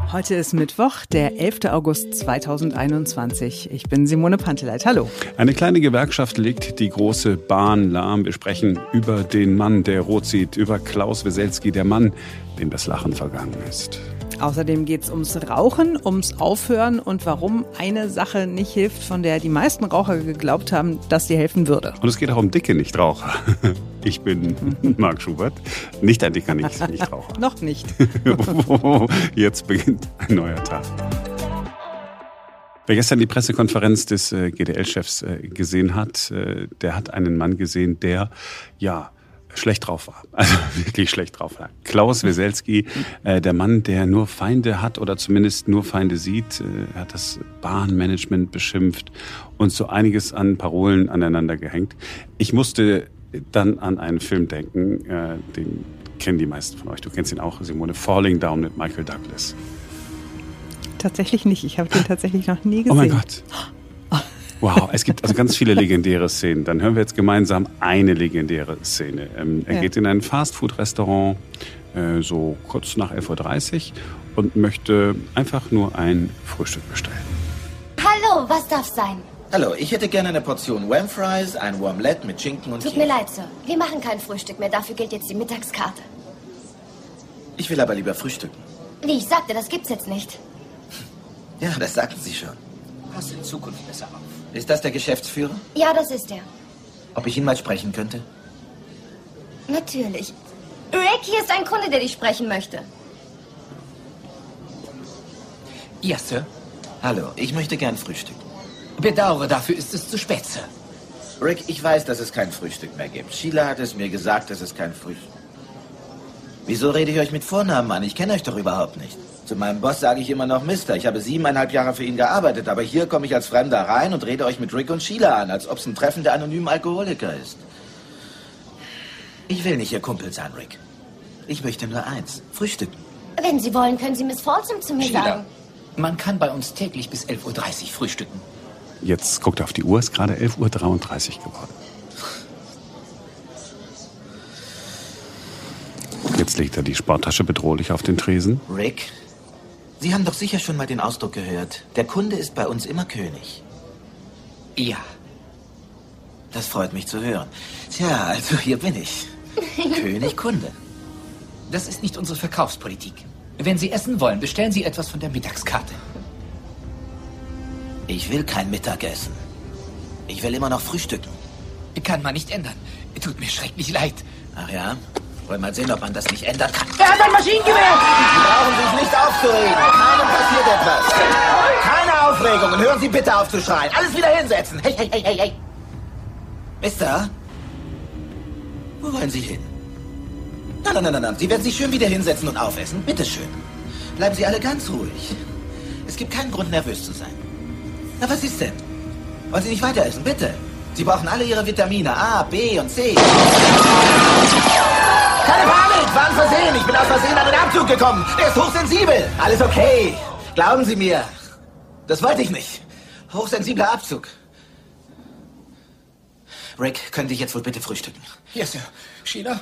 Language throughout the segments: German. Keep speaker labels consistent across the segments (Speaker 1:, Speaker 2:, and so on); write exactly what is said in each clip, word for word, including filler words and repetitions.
Speaker 1: Heute ist Mittwoch, der elfter August zweitausendeinundzwanzig. Ich bin Simone Panteleit. Hallo.
Speaker 2: Eine kleine Gewerkschaft legt die große Bahn lahm. Wir sprechen über den Mann, der rot sieht, über Klaus Weselski, der Mann, dem das Lachen vergangen ist.
Speaker 1: Außerdem geht es ums Rauchen, ums Aufhören und warum eine Sache nicht hilft, von der die meisten Raucher geglaubt haben, dass sie helfen würde.
Speaker 2: Und es geht auch um dicke Nichtraucher. Ich bin Marc Schubert, nicht ein dicker Nichtraucher.
Speaker 1: Noch nicht.
Speaker 2: Jetzt beginnt ein neuer Tag. Wer gestern die Pressekonferenz des G D L-Chefs gesehen hat, der hat einen Mann gesehen, der, ja, schlecht drauf war. Also wirklich schlecht drauf war. Klaus Weselski, äh, der Mann, der nur Feinde hat oder zumindest nur Feinde sieht. Äh, er hat das Bahnmanagement beschimpft und so einiges an Parolen aneinander gehängt. Ich musste dann an einen Film denken, äh, den kennen die meisten von euch. Du kennst ihn auch, Simone. Falling Down mit Michael Douglas.
Speaker 1: Tatsächlich nicht. Ich habe den tatsächlich noch nie gesehen.
Speaker 2: Oh mein Gott. Wow, es gibt also ganz viele legendäre Szenen. Dann hören wir jetzt gemeinsam eine legendäre Szene. Ähm, er ja. geht in ein Fastfood-Restaurant, äh, so kurz nach elf Uhr dreißig und möchte einfach nur ein Frühstück bestellen.
Speaker 3: Hallo, was darf sein?
Speaker 4: Hallo, ich hätte gerne eine Portion Wham Fries, ein Omelette mit Schinken und
Speaker 3: Tut
Speaker 4: Käse.
Speaker 3: mir leid, Sir. Wir machen kein Frühstück mehr. Dafür gilt jetzt die Mittagskarte.
Speaker 4: Ich will aber lieber frühstücken.
Speaker 3: Wie ich sagte, das gibt's jetzt nicht.
Speaker 4: Ja, das sagten Sie schon.
Speaker 5: Pass in Zukunft besser auf.
Speaker 4: Ist das der Geschäftsführer?
Speaker 3: Ja, das ist er.
Speaker 4: Ob ich ihn mal sprechen könnte?
Speaker 3: Natürlich. Rick, hier ist ein Kunde, der dich sprechen möchte.
Speaker 5: Ja, Sir.
Speaker 4: Hallo, ich möchte gern frühstücken.
Speaker 5: Bedauere, dafür ist es zu spät, Sir.
Speaker 4: Rick, ich weiß, dass es kein Frühstück mehr gibt. Sheila hat es mir gesagt, dass es kein Frühstück... Wieso rede ich euch mit Vornamen an? Ich kenne euch doch überhaupt nicht. Zu meinem Boss sage ich immer noch Mister. Ich habe siebeneinhalb Jahre für ihn gearbeitet, aber hier komme ich als Fremder rein und rede euch mit Rick und Sheila an, als ob es ein Treffen der anonymen Alkoholiker ist. Ich will nicht Ihr Kumpel sein, Rick. Ich möchte nur eins, frühstücken.
Speaker 3: Wenn Sie wollen, können Sie Miss Folsom zu mir
Speaker 5: Sheila,
Speaker 3: sagen.
Speaker 5: man kann bei uns täglich bis elf Uhr dreißig frühstücken.
Speaker 2: Jetzt guckt er auf die Uhr, ist gerade elf Uhr dreiunddreißig geworden. Jetzt legt er die Sporttasche bedrohlich auf den Tresen.
Speaker 4: Rick, Sie haben doch sicher schon mal den Ausdruck gehört. Der Kunde ist bei uns immer König.
Speaker 5: Ja.
Speaker 4: Das freut mich zu hören. Tja, also hier bin ich. König, Kunde.
Speaker 5: Das ist nicht unsere Verkaufspolitik. Wenn Sie essen wollen, bestellen Sie etwas von der Mittagskarte.
Speaker 4: Ich will kein Mittagessen. Ich will immer noch frühstücken.
Speaker 5: Kann man nicht ändern. Tut mir schrecklich leid.
Speaker 4: Ach ja? Wollen mal sehen, ob man das nicht ändern kann.
Speaker 5: Er hat ein Maschinengewehr!
Speaker 4: Sie brauchen sich nicht aufzuregen. Keinem passiert etwas. Keine Aufregung. Und hören Sie bitte auf zu schreien. Alles wieder hinsetzen. Hey, hey, hey, hey, hey. Mister? Wo wollen Sie hin? Nein, nein, nein, nein, nein. Sie werden sich schön wieder hinsetzen und aufessen. Bitte schön. Bleiben Sie alle ganz ruhig. Es gibt keinen Grund, nervös zu sein. Na, was ist denn? Wollen Sie nicht weiter essen? Bitte. Sie brauchen alle Ihre Vitamine A, B und C. Keine Panik, war ein Versehen. Ich bin aus Versehen an den Abzug gekommen. Der ist hochsensibel. Alles okay. Glauben Sie mir. Das wollte ich nicht. Hochsensibler Abzug. Rick, können Sie jetzt wohl bitte frühstücken?
Speaker 5: Ja, Sir. Sheila?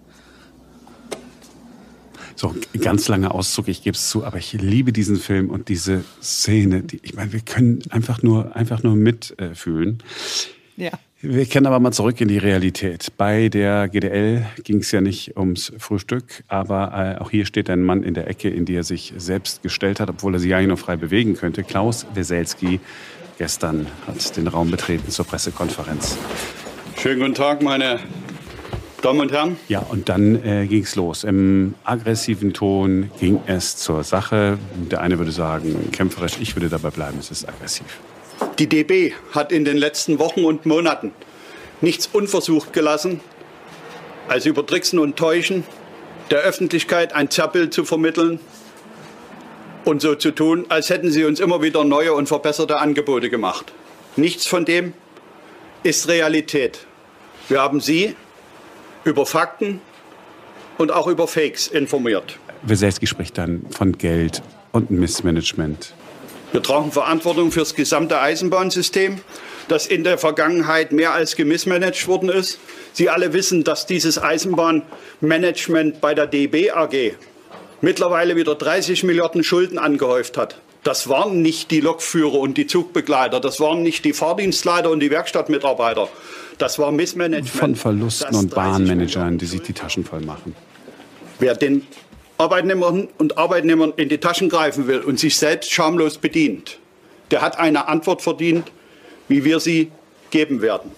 Speaker 2: So, ganz langer Auszug, ich gebe es zu, aber ich liebe diesen Film und diese Szene. Die, ich meine, wir können einfach nur, einfach nur mitfühlen. Äh,
Speaker 1: ja.
Speaker 2: Wir kehren aber mal zurück in die Realität. Bei der G D L ging es ja nicht ums Frühstück, aber äh, auch hier steht ein Mann in der Ecke, in die er sich selbst gestellt hat, obwohl er sich eigentlich noch frei bewegen könnte. Klaus Weselski gestern hat den Raum betreten zur Pressekonferenz.
Speaker 6: Schönen guten Tag, meine Damen und Herren.
Speaker 2: Ja, und dann äh, ging es los. Im aggressiven Ton ging es zur Sache. Der eine würde sagen, kämpferisch, ich würde dabei bleiben, es ist aggressiv.
Speaker 6: Die D B hat in den letzten Wochen und Monaten nichts unversucht gelassen, als über Tricksen und Täuschen der Öffentlichkeit ein Zerrbild zu vermitteln und so zu tun, als hätten sie uns immer wieder neue und verbesserte Angebote gemacht. Nichts von dem ist Realität. Wir haben Sie über Fakten und auch über Fakes informiert.
Speaker 2: Weselski spricht dann von Geld und Missmanagement.
Speaker 6: Wir tragen Verantwortung für das gesamte Eisenbahnsystem, das in der Vergangenheit mehr als gemissmanagt worden ist. Sie alle wissen, dass dieses Eisenbahnmanagement bei der D B A G mittlerweile wieder dreißig Milliarden Schulden angehäuft hat. Das waren nicht die Lokführer und die Zugbegleiter, das waren nicht die Fahrdienstleiter und die Werkstattmitarbeiter. Das war Missmanagement.
Speaker 2: Von Verlusten und Bahnmanagern, die sich die Taschen voll machen.
Speaker 6: Wer den Arbeitnehmern und Arbeitnehmern in die Taschen greifen will und sich selbst schamlos bedient, der hat eine Antwort verdient, wie wir sie geben werden.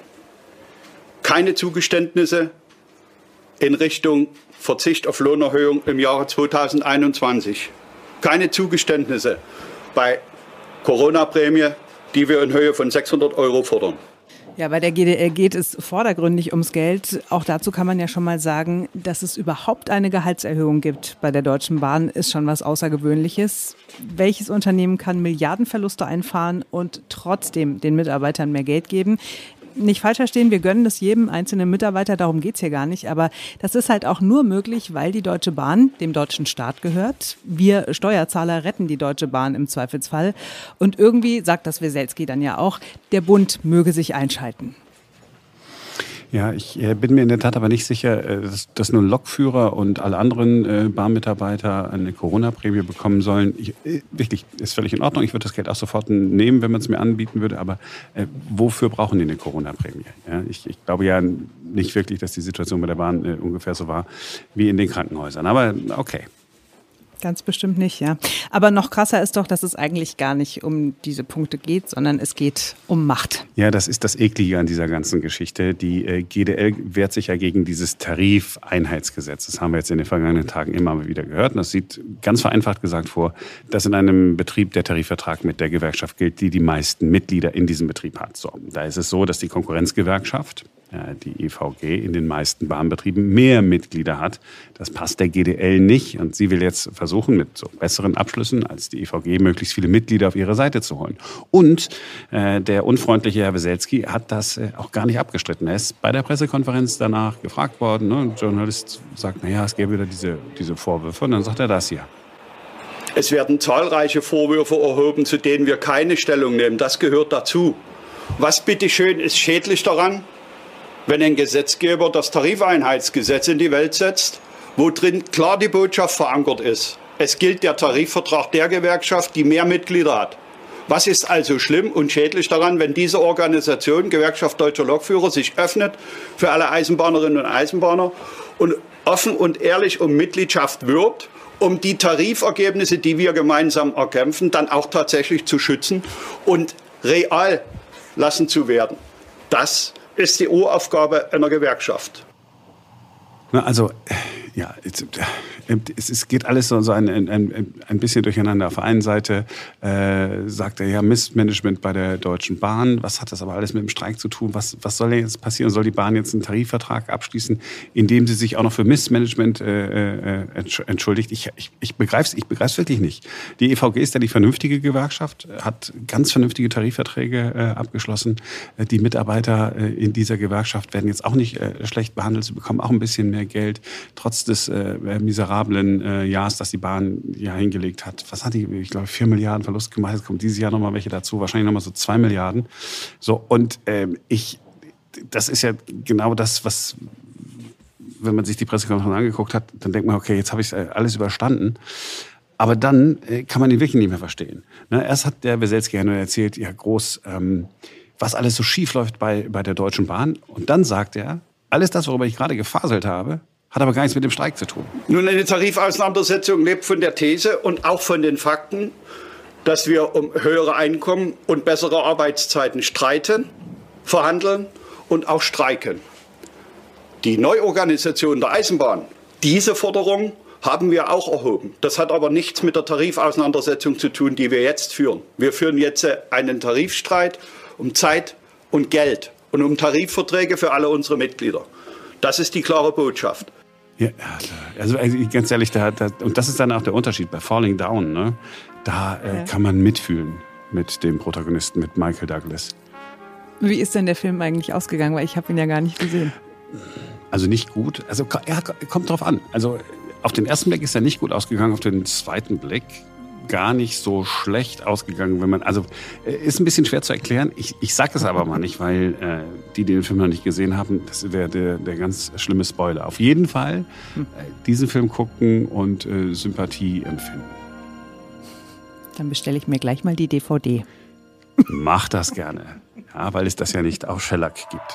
Speaker 6: Keine Zugeständnisse in Richtung Verzicht auf Lohnerhöhung im Jahre zweitausendeinundzwanzig. Keine Zugeständnisse bei Corona-Prämie, die wir in Höhe von sechshundert Euro fordern.
Speaker 1: Ja, bei der G D L geht es vordergründig ums Geld. Auch dazu kann man ja schon mal sagen, dass es überhaupt eine Gehaltserhöhung gibt bei der Deutschen Bahn, ist schon was Außergewöhnliches. Welches Unternehmen kann Milliardenverluste einfahren und trotzdem den Mitarbeitern mehr Geld geben? Nicht falsch verstehen, wir gönnen das jedem einzelnen Mitarbeiter, darum geht's hier gar nicht. Aber das ist halt auch nur möglich, weil die Deutsche Bahn dem deutschen Staat gehört. Wir Steuerzahler retten die Deutsche Bahn im Zweifelsfall. Und irgendwie, sagt das Weselski dann ja auch, der Bund möge sich einschalten.
Speaker 2: Ja, ich äh, bin mir in der Tat aber nicht sicher, äh, dass, dass nur Lokführer und alle anderen äh, Bahnmitarbeiter eine Corona-Prämie bekommen sollen. Ich, äh, wirklich, ist völlig in Ordnung. Ich würde das Geld auch sofort nehmen, wenn man es mir anbieten würde. Aber äh, wofür brauchen die eine Corona-Prämie? Ja, ich, ich glaube ja nicht wirklich, dass die Situation bei der Bahn äh, ungefähr so war wie in den Krankenhäusern. Aber okay.
Speaker 1: Ganz bestimmt nicht, ja. Aber noch krasser ist doch, dass es eigentlich gar nicht um diese Punkte geht, sondern es geht um Macht.
Speaker 2: Ja, das ist das Eklige an dieser ganzen Geschichte. Die äh, G D L wehrt sich ja gegen dieses Tarifeinheitsgesetz. Das haben wir jetzt in den vergangenen Tagen immer wieder gehört. Und das sieht ganz vereinfacht gesagt vor, dass in einem Betrieb der Tarifvertrag mit der Gewerkschaft gilt, die die meisten Mitglieder in diesem Betrieb hat. So, da ist es so, dass die Konkurrenzgewerkschaft, die E V G, in den meisten Bahnbetrieben mehr Mitglieder hat. Das passt der G D L nicht. Und sie will jetzt versuchen, mit so besseren Abschlüssen als die E V G möglichst viele Mitglieder auf ihre Seite zu holen. Und äh, der unfreundliche Herr Weselski hat das äh, auch gar nicht abgestritten. Er ist bei der Pressekonferenz danach gefragt worden. Ne? Ein Journalist sagt, naja, es gäbe wieder diese, diese Vorwürfe. Und dann sagt er das hier.
Speaker 6: Es werden zahlreiche Vorwürfe erhoben, zu denen wir keine Stellung nehmen. Das gehört dazu. Was bitteschön ist schädlich daran? Wenn ein Gesetzgeber das Tarifeinheitsgesetz in die Welt setzt, wo drin klar die Botschaft verankert ist. Es gilt der Tarifvertrag der Gewerkschaft, die mehr Mitglieder hat. Was ist also schlimm und schädlich daran, wenn diese Organisation, Gewerkschaft Deutscher Lokführer, sich öffnet für alle Eisenbahnerinnen und Eisenbahner und offen und ehrlich um Mitgliedschaft wirbt, um die Tarifergebnisse, die wir gemeinsam erkämpfen, dann auch tatsächlich zu schützen und real lassen zu werden. Das ist die Uraufgabe einer Gewerkschaft.
Speaker 2: Na, also, ja, es, es geht alles so, so ein, ein, ein bisschen durcheinander. Auf der einen Seite äh, sagt er ja Missmanagement bei der Deutschen Bahn. Was hat das aber alles mit dem Streik zu tun? Was, was soll denn jetzt passieren? Soll die Bahn jetzt einen Tarifvertrag abschließen, in dem sie sich auch noch für Missmanagement äh, äh, entschuldigt? Ich, ich, ich begreife es ich begreif's wirklich nicht. Die E V G ist ja die vernünftige Gewerkschaft, hat ganz vernünftige Tarifverträge äh, abgeschlossen. Die Mitarbeiter äh, in dieser Gewerkschaft werden jetzt auch nicht äh, schlecht behandelt. Sie bekommen auch ein bisschen mehr Geld, trotz des äh, miserablen äh, Jahres, das die Bahn ja hingelegt hat. Was hat die? Ich glaube, vier Milliarden Verlust gemacht. Jetzt kommt dieses Jahr nochmal welche dazu. Wahrscheinlich nochmal so zwei Milliarden. So, und ähm, ich, das ist ja genau das, was, wenn man sich die Pressekonferenz angeguckt hat, dann denkt man, okay, jetzt habe ich alles überstanden. Aber dann äh, kann man ihn wirklich nicht mehr verstehen. Ne? Erst hat der Weselski ja nur erzählt, ja groß, ähm, was alles so schief läuft bei, bei der Deutschen Bahn. Und dann sagt er, alles das, worüber ich gerade gefaselt habe, hat aber gar nichts mit dem Streik zu tun.
Speaker 6: Nun, eine Tarifauseinandersetzung lebt von der These und auch von den Fakten, dass wir um höhere Einkommen und bessere Arbeitszeiten streiten, verhandeln und auch streiken. Die Neuorganisation der Eisenbahn, diese Forderung haben wir auch erhoben. Das hat aber nichts mit der Tarifauseinandersetzung zu tun, die wir jetzt führen. Wir führen jetzt einen Tarifstreit um Zeit und Geld und um Tarifverträge für alle unsere Mitglieder. Das ist die klare Botschaft.
Speaker 2: Ja, also ganz ehrlich, da, da, und das ist dann auch der Unterschied bei Falling Down. Ne? Da äh, ja. kann man mitfühlen mit dem Protagonisten, mit Michael Douglas.
Speaker 1: Wie ist denn der Film eigentlich ausgegangen? Weil ich habe ihn ja gar nicht gesehen.
Speaker 2: Also nicht gut. Also ja, kommt drauf an. Also auf den ersten Blick ist er nicht gut ausgegangen. Auf den zweiten Blick gar nicht so schlecht ausgegangen, wenn man, also ist ein bisschen schwer zu erklären. Ich, ich sage das aber mal nicht, weil äh, die, die den Film noch nicht gesehen haben, das wäre der, der ganz schlimme Spoiler. Auf jeden Fall äh, diesen Film gucken und äh, Sympathie empfinden.
Speaker 1: Dann bestelle ich mir gleich mal die D V D.
Speaker 2: Mach das gerne, ja, weil es das ja nicht auf Shellac gibt.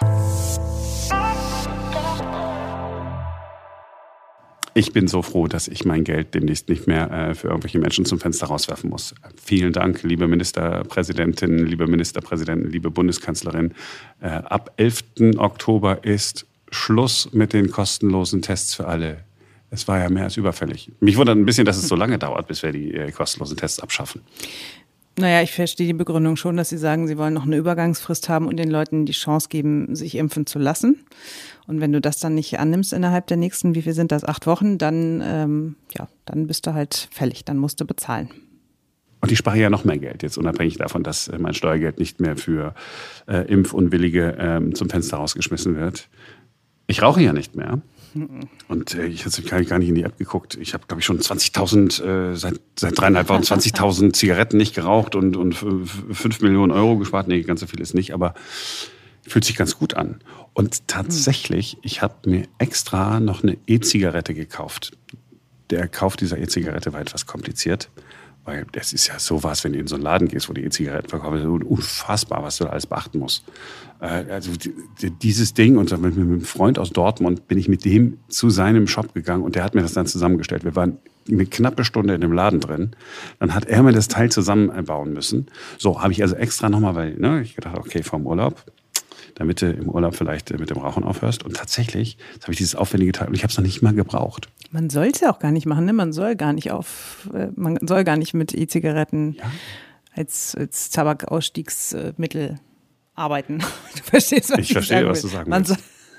Speaker 2: Ich bin so froh, dass ich mein Geld demnächst nicht mehr äh, für irgendwelche Menschen zum Fenster rauswerfen muss. Vielen Dank, liebe Ministerpräsidentin, liebe Ministerpräsidenten, liebe Bundeskanzlerin. Äh, ab elften Oktober ist Schluss mit den kostenlosen Tests für alle. Es war ja mehr als überfällig. Mich wundert ein bisschen, dass es so lange dauert, bis wir die äh, kostenlosen Tests abschaffen.
Speaker 1: Naja, ich verstehe die Begründung schon, dass Sie sagen, Sie wollen noch eine Übergangsfrist haben und den Leuten die Chance geben, sich impfen zu lassen. Und wenn du das dann nicht annimmst innerhalb der nächsten, wie viel sind das, acht Wochen, dann, ähm, ja, dann bist du halt fällig, dann musst du bezahlen.
Speaker 2: Und ich spare ja noch mehr Geld, jetzt unabhängig davon, dass mein Steuergeld nicht mehr für äh, Impfunwillige ähm, zum Fenster rausgeschmissen wird. Ich rauche ja nicht mehr. Und äh, ich habe gar nicht in die App geguckt. Ich habe, glaube ich, schon zwanzigtausend, äh, seit, seit dreieinhalb Wochen zwanzigtausend Zigaretten nicht geraucht und, und fünf Millionen Euro gespart. Nee, ganz so viel ist nicht, aber fühlt sich ganz gut an. Und tatsächlich, ich habe mir extra noch eine E-Zigarette gekauft. Der Kauf dieser E-Zigarette war etwas kompliziert, weil das ist ja sowas, wenn du in so einen Laden gehst, wo die E-Zigaretten verkaufen, ist unfassbar, was du da alles beachten musst. Also dieses Ding, und mit einem Freund aus Dortmund bin ich mit dem zu seinem Shop gegangen und der hat mir das dann zusammengestellt. Wir waren eine knappe Stunde in dem Laden drin. Dann hat er mir das Teil zusammenbauen müssen. So, habe ich also extra nochmal, weil ne, ich gedacht, okay, vorm Urlaub, damit du im Urlaub vielleicht mit dem Rauchen aufhörst. Und tatsächlich, jetzt habe ich dieses aufwendige Teil und ich habe es noch nicht mal gebraucht.
Speaker 1: Man soll es ja auch gar nicht machen, ne? Man soll gar nicht auf, man soll gar nicht mit E-Zigaretten ja. als, als Tabakausstiegsmittel arbeiten. Du verstehst, was ich,
Speaker 2: ich verstehe,
Speaker 1: sagen
Speaker 2: was du sagen willst.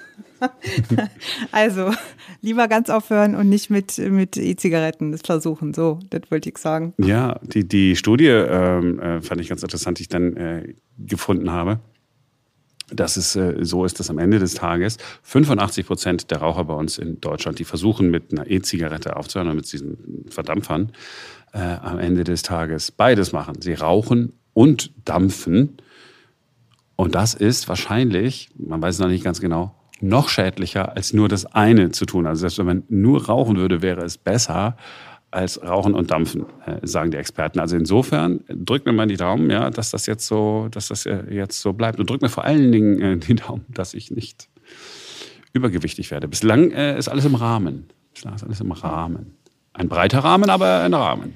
Speaker 1: Also, lieber ganz aufhören und nicht mit, mit E-Zigaretten das versuchen. So, das wollte ich sagen.
Speaker 2: Ja, die, die Studie ähm, äh, fand ich ganz interessant, die ich dann äh, gefunden habe. Dass es äh, so ist, dass am Ende des Tages fünfundachtzig Prozent der Raucher bei uns in Deutschland, die versuchen mit einer E-Zigarette aufzuhören oder mit diesen Verdampfern, äh, am Ende des Tages beides machen. Sie rauchen und dampfen. Und das ist wahrscheinlich, man weiß es noch nicht ganz genau, noch schädlicher als nur das eine zu tun. Also selbst wenn man nur rauchen würde, wäre es besser als Rauchen und Dampfen, äh, sagen die Experten. Also insofern drückt mir mal die Daumen, ja, dass das jetzt so, dass das jetzt so bleibt. Und drückt mir vor allen Dingen äh, die Daumen, dass ich nicht übergewichtig werde. Bislang äh, ist alles im Rahmen. Bislang ist alles im Rahmen. Ein breiter Rahmen, aber ein Rahmen.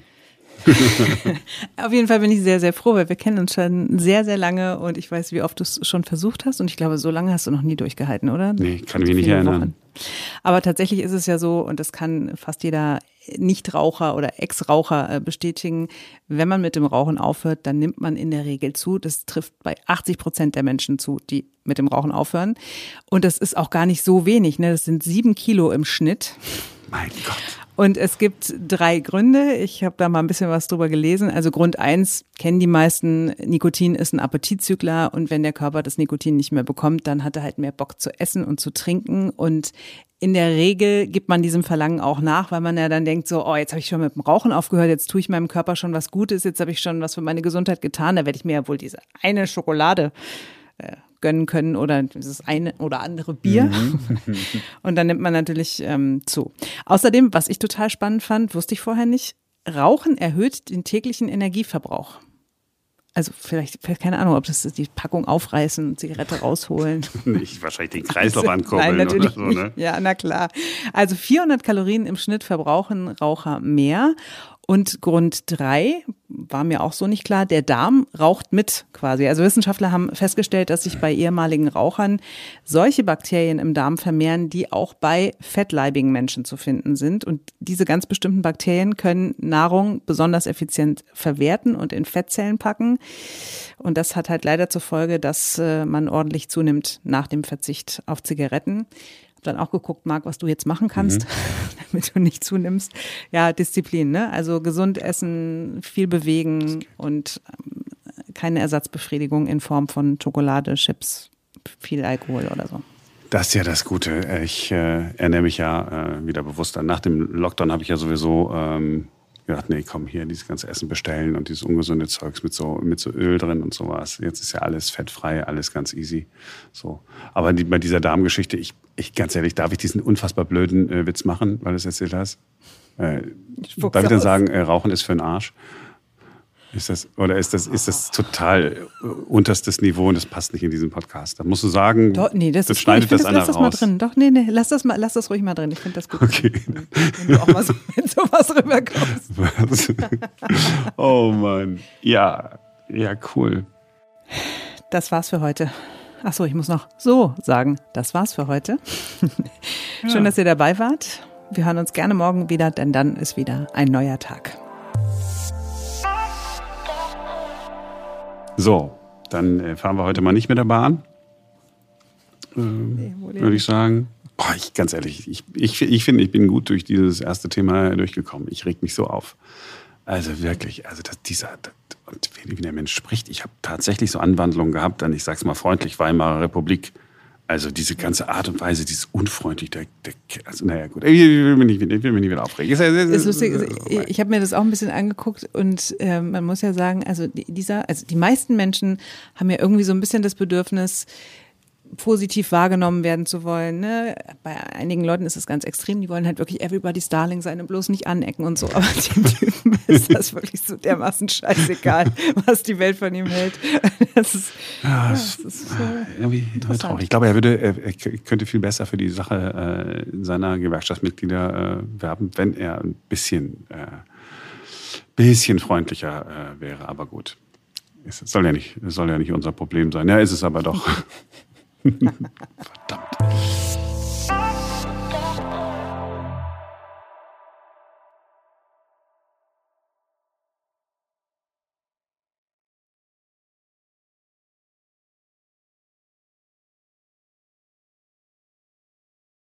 Speaker 1: Auf jeden Fall bin ich sehr, sehr froh, weil wir kennen uns schon sehr, sehr lange und ich weiß, wie oft du es schon versucht hast und ich glaube, so lange hast du noch nie durchgehalten, oder?
Speaker 2: Nee, kann mich nicht erinnern.
Speaker 1: Wochen. Aber tatsächlich ist es ja so, und das kann fast jeder Nichtraucher oder Ex-Raucher bestätigen, wenn man mit dem Rauchen aufhört, dann nimmt man in der Regel zu. Das trifft bei achtzig Prozent der Menschen zu, die mit dem Rauchen aufhören. Und das ist auch gar nicht so wenig, ne? Das sind sieben Kilo im Schnitt.
Speaker 2: Mein Gott.
Speaker 1: Und es gibt drei Gründe. Ich habe da mal ein bisschen was drüber gelesen. Also Grund eins kennen die meisten, Nikotin ist ein Appetitzügler und wenn der Körper das Nikotin nicht mehr bekommt, dann hat er halt mehr Bock zu essen und zu trinken. Und in der Regel gibt man diesem Verlangen auch nach, weil man ja dann denkt so, oh, jetzt habe ich schon mit dem Rauchen aufgehört, jetzt tue ich meinem Körper schon was Gutes, jetzt habe ich schon was für meine Gesundheit getan, da werde ich mir ja wohl diese eine Schokolade äh, gönnen können oder dieses eine oder andere Bier. Mhm. Und dann nimmt man natürlich ähm, zu. Außerdem, was ich total spannend fand, wusste ich vorher nicht, Rauchen erhöht den täglichen Energieverbrauch. Also vielleicht, keine Ahnung, ob das die Packung aufreißen, Zigarette rausholen.
Speaker 2: Nicht wahrscheinlich den Kreislauf
Speaker 1: also,
Speaker 2: ankurbeln
Speaker 1: nein, natürlich
Speaker 2: oder so, ne?
Speaker 1: Nicht. Ja, na klar. Also vierhundert Kalorien im Schnitt verbrauchen Raucher mehr. Und Grund drei, war mir auch so nicht klar, der Darm raucht mit quasi. Also Wissenschaftler haben festgestellt, dass sich bei ehemaligen Rauchern solche Bakterien im Darm vermehren, die auch bei fettleibigen Menschen zu finden sind. Und diese ganz bestimmten Bakterien können Nahrung besonders effizient verwerten und in Fettzellen packen. Und das hat halt leider zur Folge, dass man ordentlich zunimmt nach dem Verzicht auf Zigaretten. Dann auch geguckt, Marc, was du jetzt machen kannst, mhm. damit du nicht zunimmst. Ja, Disziplin, ne? Also gesund essen, viel bewegen und keine Ersatzbefriedigung in Form von Schokolade, Chips, viel Alkohol oder so.
Speaker 2: Das ist ja das Gute. Ich äh, ernähre mich ja äh, wieder bewusster. Nach dem Lockdown habe ich ja sowieso ähm, gedacht, nee, komm, hier dieses ganze Essen bestellen und dieses ungesunde Zeugs mit so, mit so Öl drin und sowas. Jetzt ist ja alles fettfrei, alles ganz easy. So. Aber die, bei dieser Darmgeschichte, ich, ich, ganz ehrlich, darf ich diesen unfassbar blöden äh, Witz machen, weil du es erzählt hast? Äh, darf ich dann sagen, äh, Rauchen ist für den Arsch? Ist das, oder ist das, ist das total unterstes Niveau und das passt nicht in diesen Podcast? Da musst du sagen,
Speaker 1: Doch, nee, das,
Speaker 2: das
Speaker 1: ist
Speaker 2: schneidet
Speaker 1: gut. Ich
Speaker 2: das
Speaker 1: find,
Speaker 2: einer
Speaker 1: lass
Speaker 2: raus.
Speaker 1: das mal drin. Doch, nee, nee, lass das, mal, lass das ruhig mal drin. Ich finde das gut.
Speaker 2: Okay.
Speaker 1: Wenn du auch mal so mit sowas rüberkommst.
Speaker 2: Was? Oh Mann. Ja, ja, cool.
Speaker 1: Das war's für heute. Ach so, ich muss noch so sagen, das war's für heute. Schön, ja. dass ihr dabei wart. Wir hören uns gerne morgen wieder, denn dann ist wieder ein neuer Tag.
Speaker 2: So, dann fahren wir heute mal nicht mit der Bahn, ähm, nee, würde ich sagen. Boah, ich, ganz ehrlich, ich, ich, ich finde, ich bin gut durch dieses erste Thema durchgekommen. Ich reg mich so auf. Also wirklich, also das, dieser, das, und wie, wie der Mensch spricht, ich habe tatsächlich so Anwandlungen gehabt, dann, ich sag's mal freundlich, Weimarer Republik. Also diese ganze Art und Weise, dieses unfreundlich, der, der, also naja gut, ich will mich nicht, ich will mich nicht wieder aufregen.
Speaker 1: Ist, ist lustig, ich, ich habe mir das auch ein bisschen angeguckt und äh, man muss ja sagen, also dieser, also die meisten Menschen haben ja irgendwie so ein bisschen das Bedürfnis, positiv wahrgenommen werden zu wollen. Ne? Bei einigen Leuten ist es ganz extrem, die wollen halt wirklich everybody's darling sein und bloß nicht anecken und so, aber dem Typen ist das wirklich so dermaßen scheißegal, was die Welt von ihm hält. Das ist,
Speaker 2: ja,
Speaker 1: ja,
Speaker 2: das
Speaker 1: ist
Speaker 2: äh, irgendwie traurig. Ich glaube, er würde, er, er könnte viel besser für die Sache äh, seiner Gewerkschaftsmitglieder äh, werben, wenn er ein bisschen, äh, bisschen freundlicher äh, wäre, aber gut. Es soll ja nicht, soll ja nicht unser Problem sein. Ja, ist es aber doch. Verdammt.